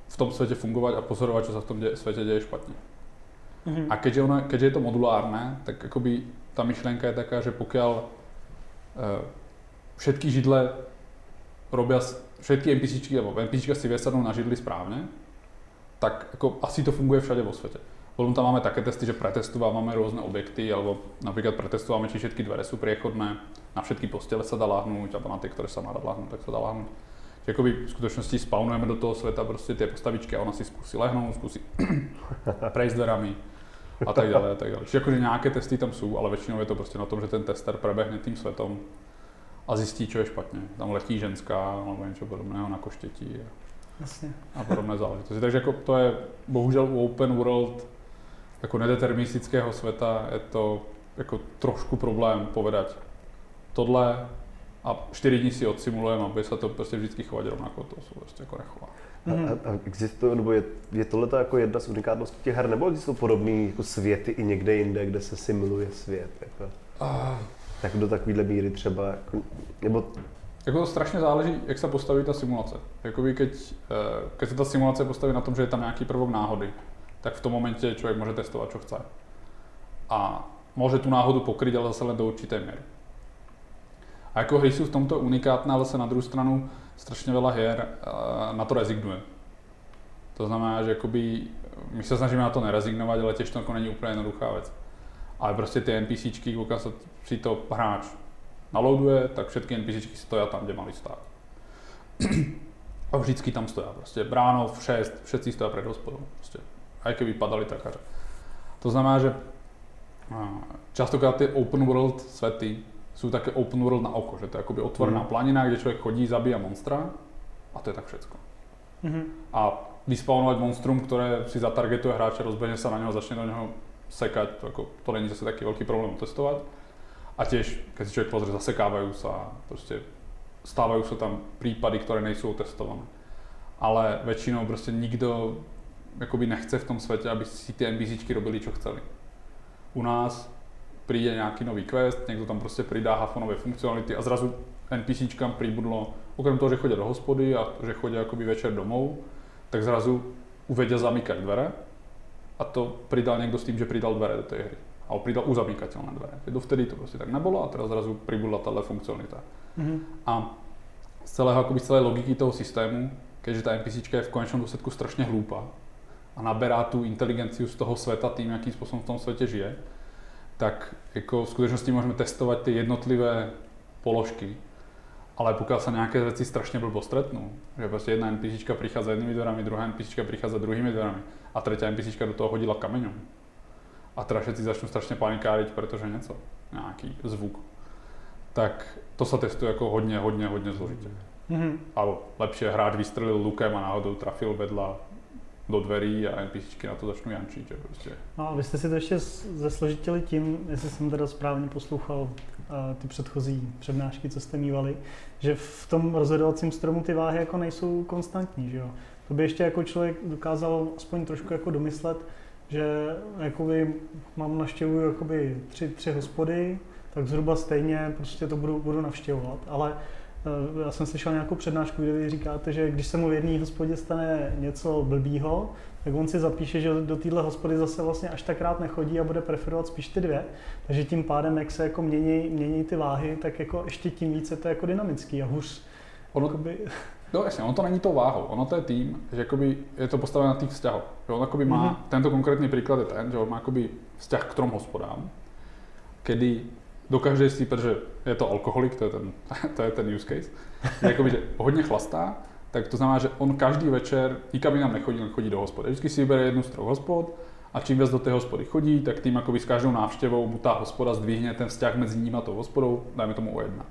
v tom světě fungovat a pozorovat, co se v tom dě, světě děje špatně. Mm-hmm. A keďže, ono, keďže je to modulárne, tak akoby ta myšlenka je taká, že pokiaľ uh, všetky židle robia, všetky NPCčky, alebo NPCčka si vie sadnúť na židli správne, tak ako asi to funguje všade vo svete. Potom tam máme také testy, že pretestujeme rôzne objekty, alebo napríklad pretestujeme, či všetky dvere sú priechodné, na všetky postele sa dá láhnuť, alebo na tie, ktoré sa má dať láhnuť, tak sa dá láhnuť. Čiže akoby v skutočnosti spawnujeme do toho sveta proste tie postavičky a ona si skúsi lehnúť, skúsi prejsť dverami a tak ďalej a tak ďalej. Čiže akože nejaké testy tam sú, ale väčšinou je to proste na tom, že ten tester prebehne tým svetom a zistí, čo je špatne. Tam letí ženská alebo niečo podobného na koštetí a, Jasne. a podobné záležitosti. Takže ako to je bohužel u open world ako nedeterministického sveta je to ako trošku problém povedať tohle a čtyři dní si odsimulujeme, aby se to prostě vždycky chovať rovnako, to se prostě jako nechová. A, a existuje, nebo je, je tohle jako jedna z unikátností těch her, nebo existují podobné jako světy i někde jinde, kde se simuluje svět? Jako, uh, tak do takovéhle míry třeba, jako, nebo... Jako to strašně záleží, jak se postaví ta simulace. Jakoby keď, keď se ta simulace postaví na tom, že je tam nějaký prvok náhody, tak v tom momente člověk může testovat, čo chce. A může tu náhodu pokryť, ale zase len do určité míry. A jako hry jsou v tomto unikátné, ale se na druhou stranu strašně veľa hier na to rezignuje. To znamená, že jakoby, my se snažíme na to nerezignovat, ale těž to jako není úplně jednoduchá věc. Ale prostě ty NPCčky, pokud si to hráč naloaduje, tak všetky NPCčky stojí tam, kde mali stát. A vždycky tam stojí. Prostě bráno v šest, všetci stojí před hospodou. Prostě. Aj keby padali trakaře. To znamená, že častokrát ty open world svety jsou také open world na oko, že to je jakoby otvorená mm. planina, kde člověk chodí, zabíja monstra a to je tak všecko. Mm-hmm. A vyspawnovat monstrum, které si zatargetuje hráče, rozběhne se na něho, začne do něho sekať, to, jako, to není zase taký velký problém testovat. A těž, když si člověk pozrie, zasekávají se a prostě stávají se tam případy, které nejsou testované. Ale většinou prostě nikdo jakoby nechce v tom světě, aby si ty NPCčky robili, čo chceli. U nás přijde nějaký nový quest, někdo tam prostě přidá hafonové funkcionality a zrazu NPCčkám přibudlo, okrem toho, že chodí do hospody a že chodí jakoby večer domů, tak zrazu uvedia zamykať dvere a to přidal někdo s tím, že přidal dvere do té hry. A přidal uzamykateľné dvere. Dovtedy to prostě tak nebylo a teraz zrazu přibudla tato funkcionalita. Mm-hmm. A z celého, jakoby z celé logiky toho systému, keďže ta NPCčka je v konečnom důsledku strašně hloupá a naberá tu inteligenciu z toho světa tým, jakým způsobem v tom světě žije, tak jako v skutečnosti můžeme testovat ty jednotlivé položky, ale pokud se nějaké věci strašně blbo stretnou, že prostě jedna NPCčka přichází jednými dverami, druhá NPCčka přichází druhými dverami a třetí NPCčka do toho hodila kameňom. A teda všetci začnou strašně panikáriť, protože něco, nějaký zvuk. Tak to se testuje jako hodně, hodně, hodně zložitě. Mm-hmm. Alebo lepšie hráč vystřelil lukem a náhodou trafil vedla do dverí a NPCčky na to začnou jančit, že prostě. No a vy jste si to ještě zesložitili tím, jestli jsem teda správně poslouchal uh, ty předchozí přednášky, co jste mívali, že v tom rozhodovacím stromu ty váhy jako nejsou konstantní, že jo? To by ještě jako člověk dokázal aspoň trošku jako domyslet, že jakoby mám navštěvuju jakoby tři, tři hospody, tak zhruba stejně prostě to budu, budu navštěvovat, ale uh, já jsem slyšel nějakou přednášku, kde vy říkáte, že když se mu v jedné hospodě stane něco blbýho, tak on si zapíše, že do téhle hospody zase vlastně až tak rád nechodí a bude preferovat spíš ty dvě, takže tím pádem, jak se jako mění, mění ty váhy, tak jako ještě tím více to je jako dynamický a hůř. Ono, jakoby... No jasně, ono to není to váhou, ono to je tým, že jakoby je to postavené na těch vzťahoch. Že on jakoby má, mm-hmm. tento konkrétní příklad je ten, že on má jakoby vzťah k trom hospodám, kedy dokáže si, protože je to alkoholik, to je ten, to je ten use case, jakoby, že hodně chlastá, tak to znamená, že on každý večer nikam jinam nechodí, on chodí do hospody. Vždycky si vybere jednu z troch hospod a čím víc do té hospody chodí, tak tím jakoby s každou návštěvou mu ta hospoda zdvihne ten vzťah mezi ním a tou hospodou, dajme tomu o jedna.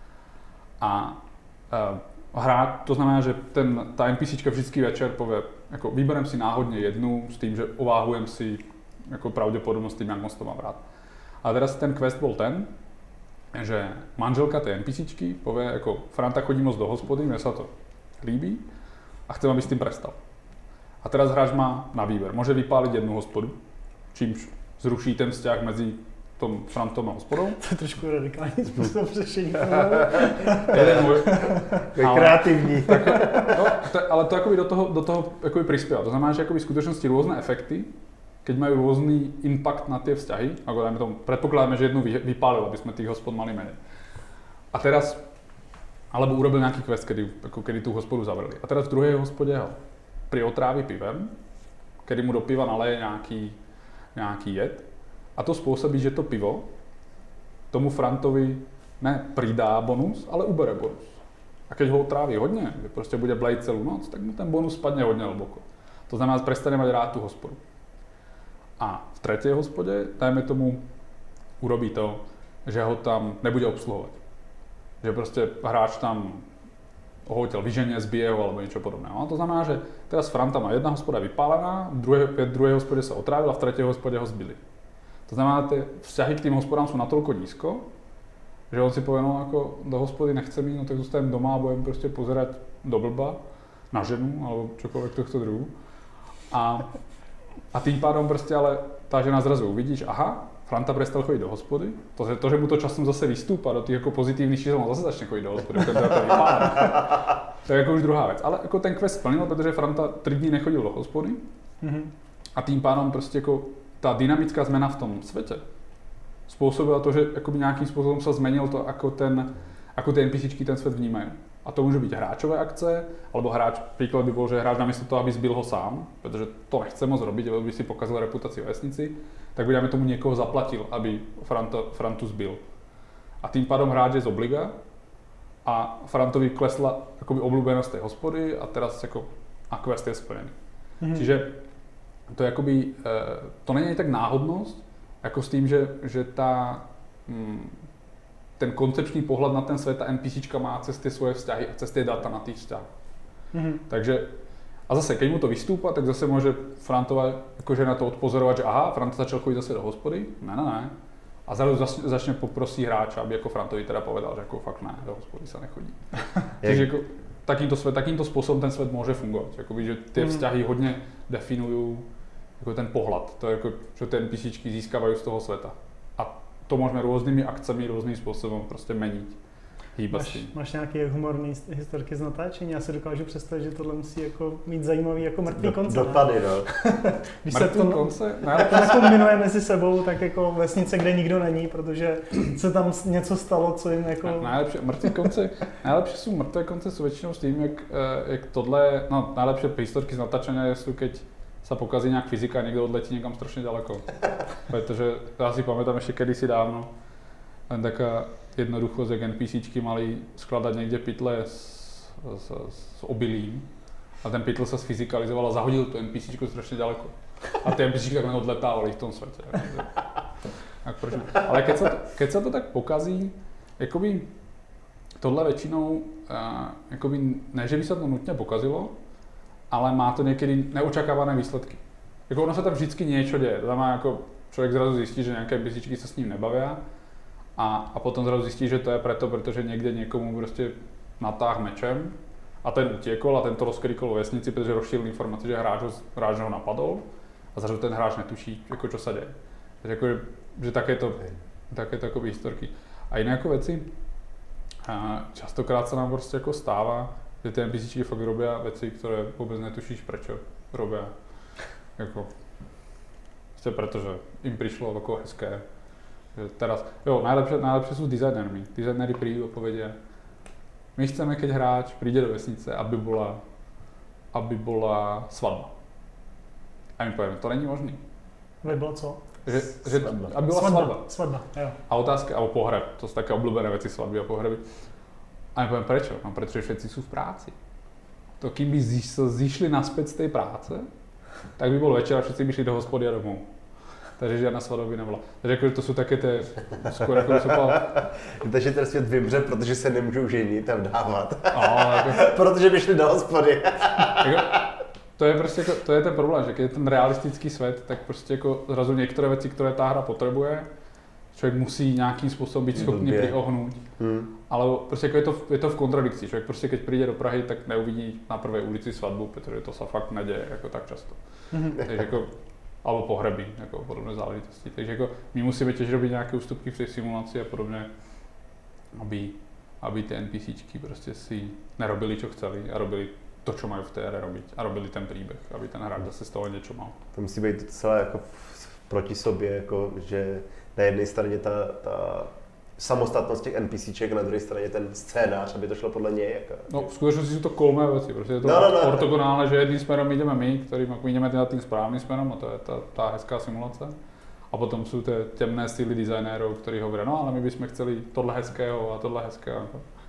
A uh, hra, to znamená, že ten, ta NPCčka vždycky večer povie, jako vyberem si náhodně jednu s tím, že ováhujem si jako pravděpodobnost tím, jak moc to mám rád. A teraz ten quest byl ten, že manželka té NPCčky povie, jako Franta chodí moc do hospody, mne sa to líbí a chcem, aby s tím prestal. A teraz hráč má na výber. Může vypálit jednu hospodu, čímž zruší ten vzťah mezi tom Frantom a hospodou. To je trošku radikální způsob řešení. Jeden můj. Ale, kreativní. Tak, no, to, ale to akoby do toho, do toho akoby prispieva. To znamená, že akoby v skutočnosti rôzne efekty, keď majú rôzny impact na tie vzťahy, ako dajme tomu, predpokladáme, že jednu vypálil, aby sme tých hospod mali menej. A teraz, alebo urobil nejaký quest, kedy, ako kedy tú hospodu zavreli. A teraz v druhej hospode ho priotrávi pivem, kedy mu do piva naleje nejaký, nejaký jed. A to spôsobí, že to pivo tomu Frantovi ne pridá bonus, ale ubere bonus. A keď ho otráví hodne, že proste bude blejť celú noc, tak mu ten bonus spadne hodne hlboko. To znamená, že prestane mať rád tú hospodu. A v tretej hospode, dajme tomu, urobí to, že ho tam nebude obsluhovať. Že proste hráč tam hotel vyženie, zbije ho alebo niečo podobného. A to znamená, že teraz Franta má jedna hospoda vypálená, v druhej, v druhej hospode sa otrávil a v tretej hospode ho zbili. To znamená, že tie vzťahy k tým hospodám sú natoľko nízko, že on si povie, no ako do hospody nechcem ísť, no tak zostanem doma a budem proste pozerať do blba na ženu alebo čokoľvek tohto druhu. A, a tým pádom proste ale tá žena zrazu uvidíš, aha, Franta prestal chodiť do hospody, to, že, to, že mu to časom zase vystúpa do tých ako pozitívnych čísel, on zase začne chodiť do hospody, to vypáda. To je ako už druhá vec. Ale ako ten quest splnil, pretože Franta tri dní nechodil do hospody mm-hmm. a tým pádom proste ako tá dynamická zmena v tom svete spôsobila to, že akoby nejakým spôsobom sa zmenil to, ako, ten, ako tie NPCčky ten svet vnímajú. A to môžu byť hráčové akce, alebo hráč, príklad by bol, že hráč namiesto toho, aby zbil ho sám, pretože to nechce moc robiť, lebo by si pokazil reputáciu vesnici, tak by dáme tomu niekoho zaplatil, aby Franta, Frantu zbil. A tým pádom hráč je z obliga a Frantovi klesla akoby obľúbenosť tej hospody a teraz ako, a quest je splnený. Mm-hmm. Čiže to je akoby, to nie je tak náhodnosť, ako s tým, že, že tá, ten koncepčný pohľad na ten svet, tá NPCčka má cez tie svoje vzťahy a cez tie data na tých vzťahoch. Mm-hmm. Takže, a zase, keď mu to vystúpa, tak zase môže Frantova akože na to odpozorovať, že aha, Franta začal chodiť zase do hospody, ne, ne, ne. A zrazu začne poprosí hráča, aby ako Frantovi teda povedal, že ako fakt ne, do hospody sa nechodí. Takže ako, takýmto, svet, takýmto spôsobom ten svet môže fungovať, akoby, že tie vzťahy hodne definujú ako ten pohľad, to je ako, čo tie NPCčky získavajú z toho sveta. A to môžeme rôznymi akcemi, rôznym spôsobom proste meniť. Máš, máš nějaké humorné historky z natáčení? Já si dokážu představit, že tohle musí jako mít zajímavý jako mrtvý konce. Dopady, no. Když se to, konce? to nakombinuje mezi sebou, tak jako vesnice, kde nikdo není, protože se tam něco stalo, co jim jako... Najlepšie, mrtvé konce, najlepšie sú mrtvé konce sú väčšinou s tým, jak, jak tohle, no najlepšie historky z natáčania sú, keď sa pokazí nejak fyzika a niekto odletí niekam strašne ďaleko. Pretože ja si pamätám ešte kedysi dávno, len taká jednoduchosť, jak NPCčky mali skladať niekde pytle s, s, s obilím a ten pytl sa sfyzikalizoval a zahodil tú NPCčku strašne ďaleko. A tie NPCčky tak odletávali v tom svete. Tak, ale keď sa, to, keď sa to tak pokazí, jakoby tohle väčšinou, jakoby, ne, že by sa to nutne pokazilo, ale má to niekedy neočakávané výsledky. Jako ono sa tam vždycky niečo deje, to znamená, ako človek zrazu zistí, že nejaké NPCčky sa s ním nebavia a, a potom zrazu zistí, že to je preto, pretože niekde niekomu proste natáh mečem a ten utiekol a ten to rozkrikol vo vesnici, pretože rozšíril informácie, že hráč ho, hráč ho napadol a zrazu ten hráč netuší, ako čo sa deje. Takže ako, že takéto, takéto akoby historky. A iné ako veci, a častokrát sa nám proste ako stáva, že tie NPCčky fakt robia veci, ktoré vôbec netušíš prečo robia. Jako, prostě pretože im prišlo ako hezké. Že teraz, jo, najlepšie, najlepšie sú dizajnermi. Dizajneri prídu a povedia, my chceme, keď hráč príde do vesnice, aby bola, aby bola svadba. A my povieme, to není možný. Aby bylo co? Že, že, aby bola svadba. svadba. Svadba, jo. A otázka, alebo pohreb, to sú také obľúbené veci, svadby a pohreby. A my poviem, prečo? No pretože všetci sú v práci. To kým by zišli naspäť z tej práce, tak by bol večer a všetci by šli do hospody a domov. Takže žiadna svadba by nebyla. Takže jako, to sú také tie, skôr ako by som povedal... Takže ten svět vymře, protože se nemůžou ženit a vdávat. No, jako, protože by šli do hospody. Jako, to je prostě jako, to je ten problém, že keď je ten realistický svet, tak prostě jako zrazu niektoré veci, ktoré tá hra potrebuje, člověk musí nějakým způsobem být schopný priohnúť. Hmm. Ale prostě jako je, to, je to v kontradikci. Člověk prostě keď príde do Prahy, tak neuvidí na prvej ulici svatbu, protože to sa fakt neděje jako tak často. Hmm. Takže jako alebo pohrebí, jako podobné záležitosti. Takže jako my musíme těž robit nějaké ústupky v té simulaci a podobně, aby, aby ty NPCčky prostě si nerobili, čo chceli a robili to, čo majú v té hře robiť a robili ten příběh, aby ten hráč zase z toho něco mal. To musí být celé jako proti sobě, jako, že na jedné straně ta, ta samostatnost těch NPCček, na druhé straně ten scénář, aby to šlo podle něj. Jako. No v skutečnosti jsou to kolmé věci, prostě je to no, no, no, ortogonálne, že jedným směrem jdeme my, kterým jdeme teda tým správným směrem a to je ta, ta hezká simulace. A potom jsou ty temné síly designérů, kteří hovorí, no ale my bychom chceli tohle hezkého a tohle hezkého.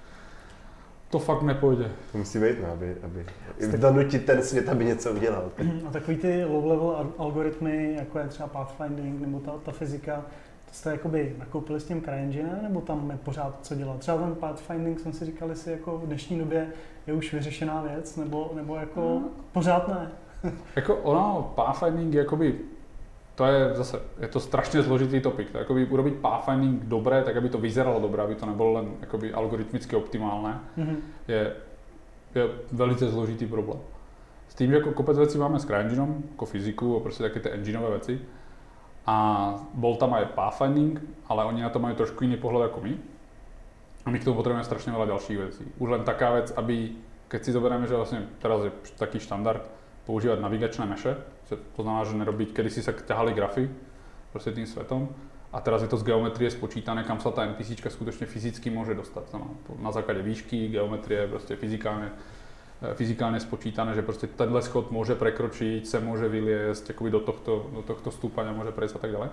To fakt nepůjde. To musí být, no, aby, aby donutit ten svět, aby něco udělal. A takový ty low-level algoritmy, jako je třeba pathfinding nebo ta, ta fyzika, to jste jakoby nakoupili s tím CryEngine, nebo tam je pořád co dělat? Třeba ten pathfinding jsem si říkal, jestli jako v dnešní době je už vyřešená věc, nebo, nebo jako no. Pořád ne. Jako ono, pathfinding je jakoby, to je zase, je to strašně zložitý topik. To jakoby urobit pathfinding dobré, tak aby to vyzeralo dobré, aby to nebylo len jakoby algoritmicky optimálné, mm-hmm. je, je velice zložitý problém. S tím, že jako kopec věcí máme s CryEngineom, jako fyziku a prostě také ty engineové věci. A bol tam aj pathfinding, ale oni na to majú trošku iný pohľad ako my. A my k tomu potrebujeme strašne veľa ďalších vecí. Už len taká vec, aby, keď si zoberieme, že vlastne teraz je taký štandard používať navigačné meše, to znamená, že nerobiť, kedysi sa ťahali grafy proste tým svetom, a teraz je to z geometrie spočítané, kam sa tá NPCčka skutočne fyzicky môže dostať. Na základe výšky, geometrie, proste fyzikálne, fyzikálne spočítané, že proste tenhle schod môže prekročiť, sa môže vyliesť do tohto, do tohto stúpania, môže prejsť a tak ďalej.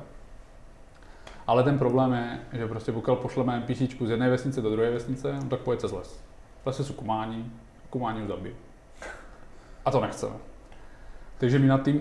Ale ten problém je, že proste pokiaľ pošleme NPCčku z jednej vesnice do druhej vesnice, no tak pôjde cez les. V lese sú kumáni, kumáni ju zabijú. A to nechceme. Takže my nad tým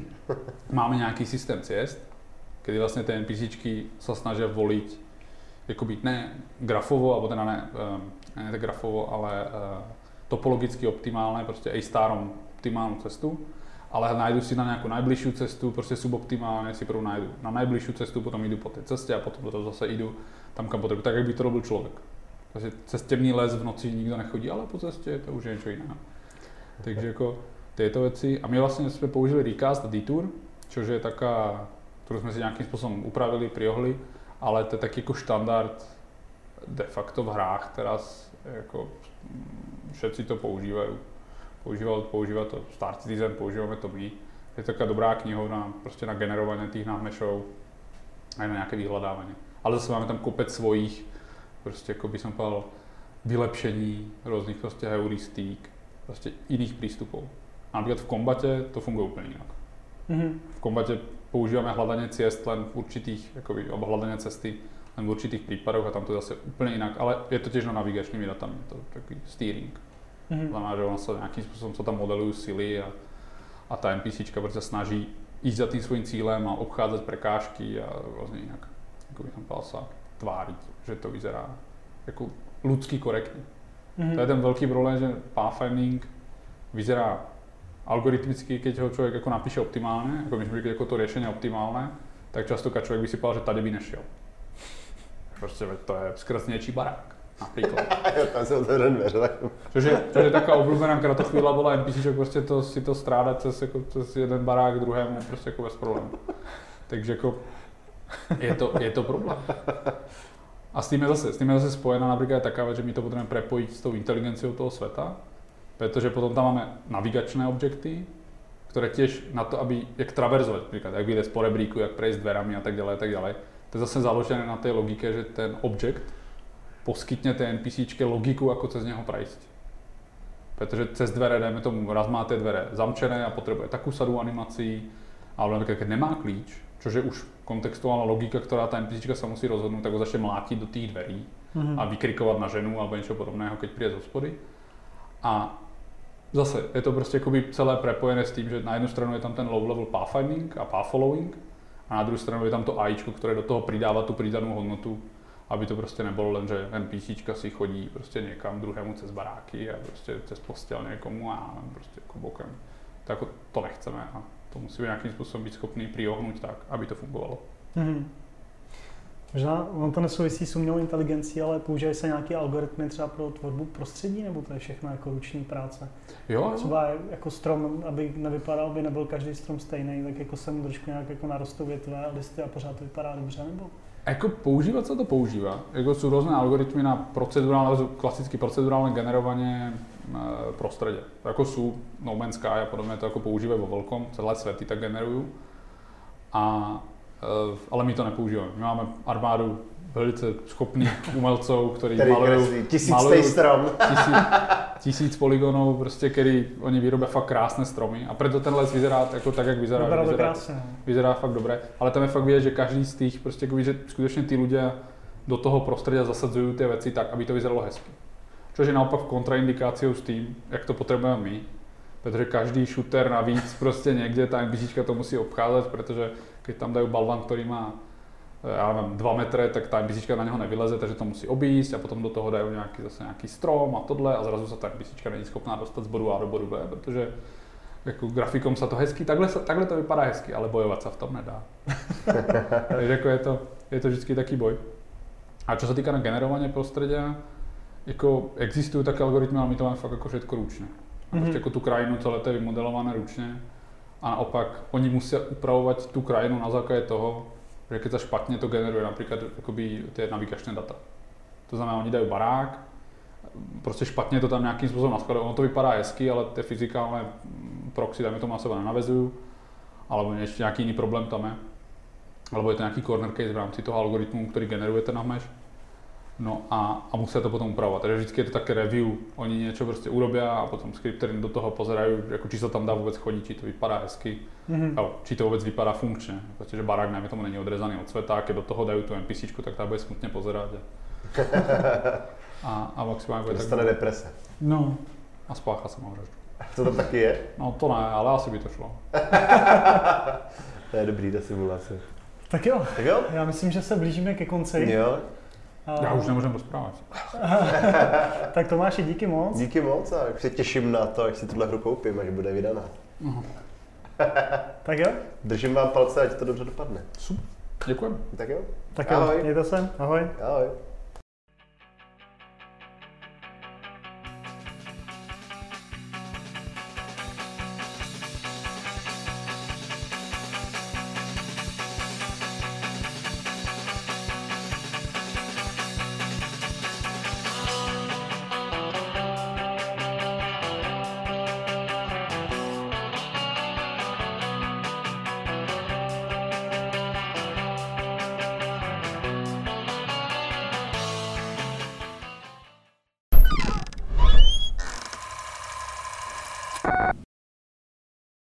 máme nejaký systém ciest, kedy vlastne tie NPCčky sa snažia voliť jakoby ne grafovo, alebo teda ne, ne, ne grafovo, ale topologicky optimálne, proste A-starom optimálnu cestu, ale nájdu si na nejakú najbližšiu cestu, proste suboptimálne si prvú nájdu na najbližšiu cestu, potom idú po tej ceste a potom to zase idú tam, kam potrebujú, tak jak by to robil človek. Proste cez temný les v noci nikto nechodí, ale po ceste to už je niečo iného. Takže jako tieto veci, a my vlastne sme použili Recast a Detour, čo je taká, ktorú sme si nejakým spôsobom upravili, priohli, ale to je taký ako štandard de facto v hrách teraz, jako všetci to používajú. Používal, používa to Star Citizen, používame to my. Je to taká dobrá knihovna prostě na generovanie tých námešov a na nejaké vyhľadávanie. Ale zase máme tam kopec svojich, prostě jako by som povedal, vylepšení, rôznych prostě heuristík, prostě iných prístupov. A napríklad v kombate to funguje úplne inak. Mm-hmm. V kombate používame hľadanie ciest len v určitých, akoby, alebo hľadanie cesty len v určitých prípadoch a tam to je zase úplne inak, ale je to tiež na navigačnými datami, to je taký steering. Mm-hmm. Znamená, že ono sa nejakým spôsobom sa tam modelujú sily a, a tá NPCčka prostě snaží ísť za tým svojím cílem a obchádzať prekážky a rôzne inak, ako by som povedal, sa tváriť, že to vyzerá jako ľudsky korektne. Mm-hmm. To je ten veľký problém, že pathfinding vyzerá algoritmicky, keď ho človek jako napíše optimálne, ako my sme říkali, ako to riešenie optimálne, tak často človek by si povedal, že tady by nešiel. Prostě to je skrz něčí barák, napríklad. Tam se otevře dveře, tak... Což je, což je taká obľúbená kratochvíľa bola NPCček, prostě to, si to strádat cez, jako, cez jeden barák k druhému, prostě jako bez problémů. Takže jako je to, je to problém. A s tím je zase, s tím je zase spojená napríklad taká vec, že my to potrebujeme prepojiť s tou inteligenciou toho sveta, pretože potom tam máme navigačné objekty, ktoré tiež na to, aby, jak traverzovať, napríklad, jak vyjsť po rebríku, jak prejsť dverami a tak ďalej, a tak ďalej. To je zase založené na tej logike, že ten objekt poskytne tej NPCčke logiku, ako cez neho prejsť. Pretože cez dvere, dajme tomu, raz má tie dvere zamčené a potrebuje takú sadu animací, ale napríklad, keď nemá klíč, čož je už kontextuálna logika, ktorá tá NPCčka sa musí rozhodnúť, tak ho začne mlátiť do tých dverí mm-hmm. a vykrikovať na ženu alebo niečo podobného, keď príde z hospody. A zase je to prostě jakoby celé prepojené s tím, že na jednu stranu je tam ten low level pathfinding a path following a na druhou stranu je tam to AIčko, které do toho přidává tu přidanou hodnotu, aby to prostě nebylo len, že NPCčka si chodí prostě někam druhému cez baráky a prostě cez postel někomu a prostě jako bokem. Tak to nechceme a to musíme nějakým způsobem být schopný priohnúť tak, aby to fungovalo. Mm-hmm. Možná on to nesouvisí s umělou inteligencí, ale používají se nějaké algoritmy třeba pro tvorbu prostředí, nebo to je všechno jako ruční práce? Jo. Třeba jako strom, aby nevypadal, aby nebyl každý strom stejný, tak jako se mu trošku nějak jako narostou větve a listy a pořád to vypadá dobře, nebo? Jako používat se to používá. Jako jsou různé algoritmy na procedurálne, klasicky procedurálne generovanie e, prostredia. Jako sú No Man's Sky a podobne to ako používajú vo veľkom, celé svety tak generujú. A, e, ale my to nepoužíváme. My máme armádu velice schopných umelcov, ktorí malujú tisíc strom. Tisíc, tisíc poligonov, prostě, který oni vyrobia fakt krásne stromy a preto ten les vyzerá jako tak, jak vyzerá. Vyzerá, vyzerá, krásne. vyzerá fakt dobre, ale tam je fakt vidět, že každý z tých, prostě, že skutečně tí ľudia do toho prostredia zasadzujú tie veci tak, aby to vyzeralo hezky. Což je naopak kontraindikáciou s tým, jak to potrebujeme my, protože každý shooter navíc prostě někde ta NPCčka to musí obcházet, protože keď tam dajú balvan, ktorý má já nevím, dva metry, tak ta NPCčka na něho nevyleze, takže to musí objíst a potom do toho dají nějaký, zase nějaký strom a tohle a zrazu se ta NPCčka není schopná dostat z bodu A do bodu B, protože jako grafikom se to hezky, takhle, takhle to vypadá hezky, ale bojovat se v tom nedá. Takže jako je to, je to vždycky taký boj. A čo sa týka na generovanie prostredia, jako existují také algoritmy, ale my to máme fakt jako všetko ručně. A prostě jako tu krajinu celé to je vymodelované ručně a naopak oni musí upravovat tu krajinu na základě toho, že keď sa špatne to generuje napríklad akoby tie navigačné data. To znamená, oni dajú barák, prostě špatně to tam nějakým způsobem naskladajú. Ono to vypadá hezky, ale ty fyzikálne proxy, dajme tomu na seba nenavezujú, alebo ešte nejaký iný problém tam je. Alebo je to nějaký corner case v rámci toho algoritmu, ktorý generuje ten mesh. No a, a musí to potom upravovat. Takže vždycky je to také review, oni niečo prostě urobia a potom skriptery do toho pozerajú, jako či sa tam dá vůbec chodit, či to vypadá hezky, mm-hmm. ale či to vůbec vypadá funkčně. Protože barák najmä tomu není odrezaný od sveta, a keď do toho dajú tu NPCčku, tak tá bude smutně pozerať. A, a maximálně bude dostane tak... deprese. No. A spáchá samovraždu. To tam taky je? No to ne, ale asi by to šlo. To je dobrý, ta simulace. Tak jo. Tak jo? Já myslím, že se blížíme ke konci. Jo. A... Já už nemůžem rozprávat. Tak Tomáši, díky moc. Díky moc a se těším na to, jak si tuhle hru koupím, až bude vydaná. Uh-huh. Tak jo? Držím vám palce, ať to dobře dopadne. Super. Děkujeme. Tak jo. Tak jo, mějte se. Ahoj. Ahoj.